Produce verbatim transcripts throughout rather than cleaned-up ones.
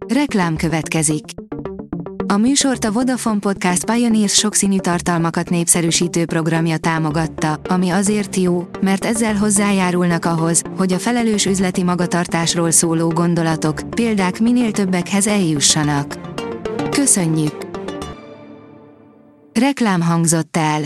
Reklám következik. A műsort a Vodafone Podcast Pioneers sokszínű tartalmakat népszerűsítő programja támogatta, ami azért jó, mert ezzel hozzájárulnak ahhoz, hogy a felelős üzleti magatartásról szóló gondolatok, példák minél többekhez eljussanak. Köszönjük! Reklám hangzott el.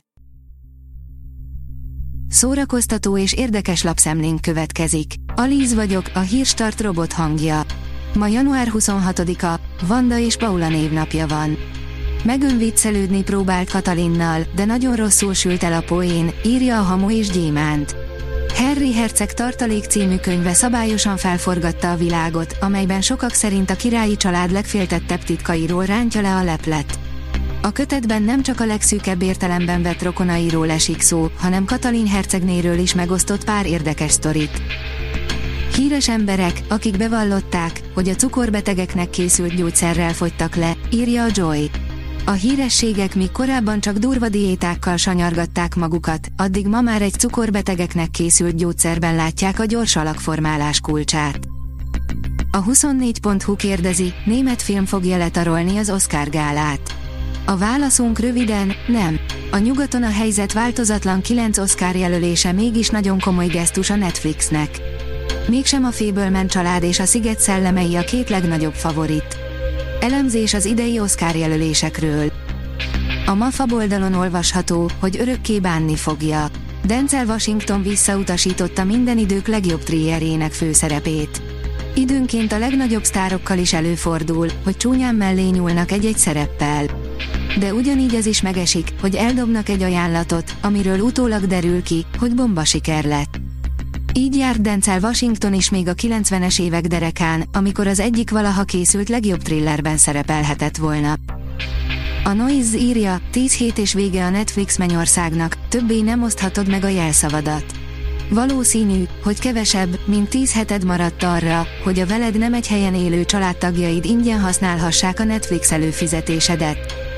Szórakoztató és érdekes lapszemlénk következik. Alíz vagyok, a Hírstart robot hangja. Ma január huszonhatodika, Vanda és Paula névnapja van. Megön viccelődni próbált Katalinnal, de nagyon rosszul sült el a poén, írja a Hamu és Gyémánt. Harry herceg tartalék című könyve szabályosan felforgatta a világot, amelyben sokak szerint a királyi család legféltettebb titkairól rántja le a leplet. A kötetben nem csak a legszűkebb értelemben vett rokonairól esik szó, hanem Katalin hercegnéről is megosztott pár érdekes sztorit. Híres emberek, akik bevallották, hogy a cukorbetegeknek készült gyógyszerrel fogytak le, írja a Joy. A hírességek míg korábban csak durva diétákkal sanyargatták magukat, addig ma már egy cukorbetegeknek készült gyógyszerben látják a gyors alakformálás kulcsát. A huszonnégy pont hu kérdezi, német film fogja letarolni az Oscar gálát. A válaszunk röviden, nem. A nyugaton a helyzet változatlan, kilenc Oscar jelölése mégis nagyon komoly gesztus a Netflixnek. Mégsem a Fableman család és a Sziget szellemei a két legnagyobb favorit. Elemzés az idei Oscar jelölésekről. A MAFA oldalon olvasható, hogy örökké bánni fogja. Denzel Washington visszautasította minden idők legjobb thrillerének főszerepét. Időnként a legnagyobb sztárokkal is előfordul, hogy csúnyán mellé nyúlnak egy-egy szereppel. De ugyanígy ez is megesik, hogy eldobnak egy ajánlatot, amiről utólag derül ki, hogy bomba siker lett. Így járt Denzel Washington is még a kilencvenes évek derekán, amikor az egyik valaha készült legjobb thrillerben szerepelhetett volna. A Noise írja, tíz hét és vége a Netflix mennyországnak, többé nem oszthatod meg a jelszavadat. Valószínű, hogy kevesebb, mint tíz heted maradt arra, hogy a veled nem egy helyen élő családtagjaid ingyen használhassák a Netflix előfizetésedet.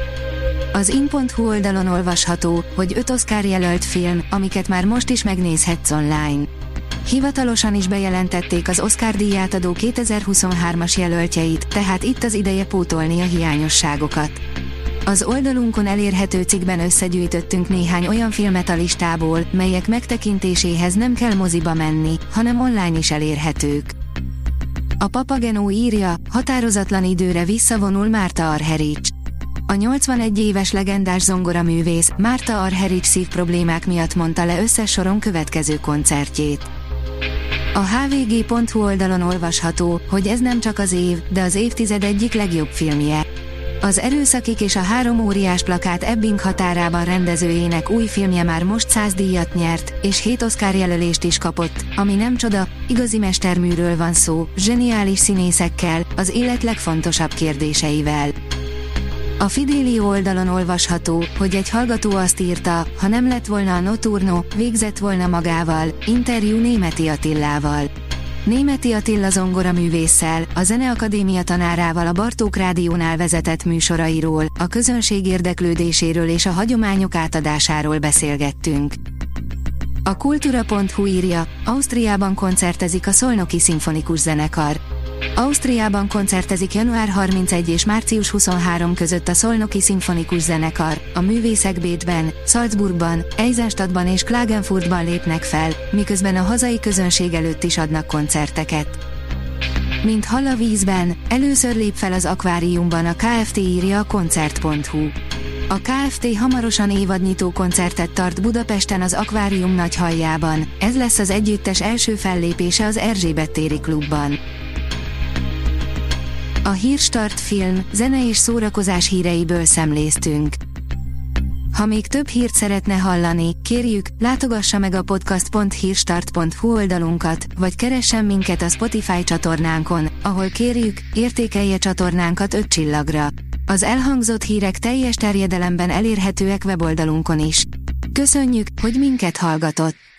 Az in pont hu oldalon olvasható, hogy öt Oscar jelölt film, amiket már most is megnézhetsz online. Hivatalosan is bejelentették az Oscar díjátadó kétezer-huszonhármas jelöltjeit, tehát itt az ideje pótolni a hiányosságokat. Az oldalunkon elérhető cikkben összegyűjtöttünk néhány olyan filmet a listából, melyek megtekintéséhez nem kell moziba menni, hanem online is elérhetők. A Papageno írja, határozatlan időre visszavonul Martha Argerich. A nyolcvanegy éves legendás zongoraművész Martha Argerich szívproblémák miatt mondta le összes soron következő koncertjét. A há vé gé pont hu oldalon olvasható, hogy ez nem csak az év, de az évtized egyik legjobb filmje. Az Erőszakik és a három óriás plakát Ebbing határában rendezőjének új filmje már most száz díjat nyert, és hét Oscar jelölést is kapott, ami nem csoda, igazi mesterműről van szó, zseniális színészekkel, az élet legfontosabb kérdéseivel. A Fidelio oldalon olvasható, hogy egy hallgató azt írta, ha nem lett volna a Notturno, végzett volna magával, interjú Németi Attillával. Németi Attila zongoraművésszel, a Zeneakadémia tanárával a Bartók Rádiónál vezetett műsorairól, a közönség érdeklődéséről és a hagyományok átadásáról beszélgettünk. A kultúra pont hu írja, Ausztriában koncertezik a Szolnoki Szimfonikus Zenekar. Ausztriában koncertezik január harmincegyedike és március huszonharmadika között a Szolnoki Szimfonikus Zenekar, a művészek Bécsben, Salzburgban, Eisenstadtban és Klagenfurtban lépnek fel, miközben a hazai közönség előtt is adnak koncerteket. Mint hal a vízben, először lép fel az akváriumban a ká ef té, írja a koncert pont hu. A ká ef té hamarosan évadnyitó koncertet tart Budapesten az Akvárium nagyhalljában, ez lesz az együttes első fellépése az Erzsébet téri klubban. A Hírstart film, zene és szórakozás híreiből szemléztünk. Ha még több hírt szeretne hallani, kérjük, látogassa meg a podcast pont hírstart pont hu oldalunkat, vagy keressen minket a Spotify csatornánkon, ahol kérjük, értékelje csatornánkat öt csillagra. Az elhangzott hírek teljes terjedelemben elérhetőek weboldalunkon is. Köszönjük, hogy minket hallgatott!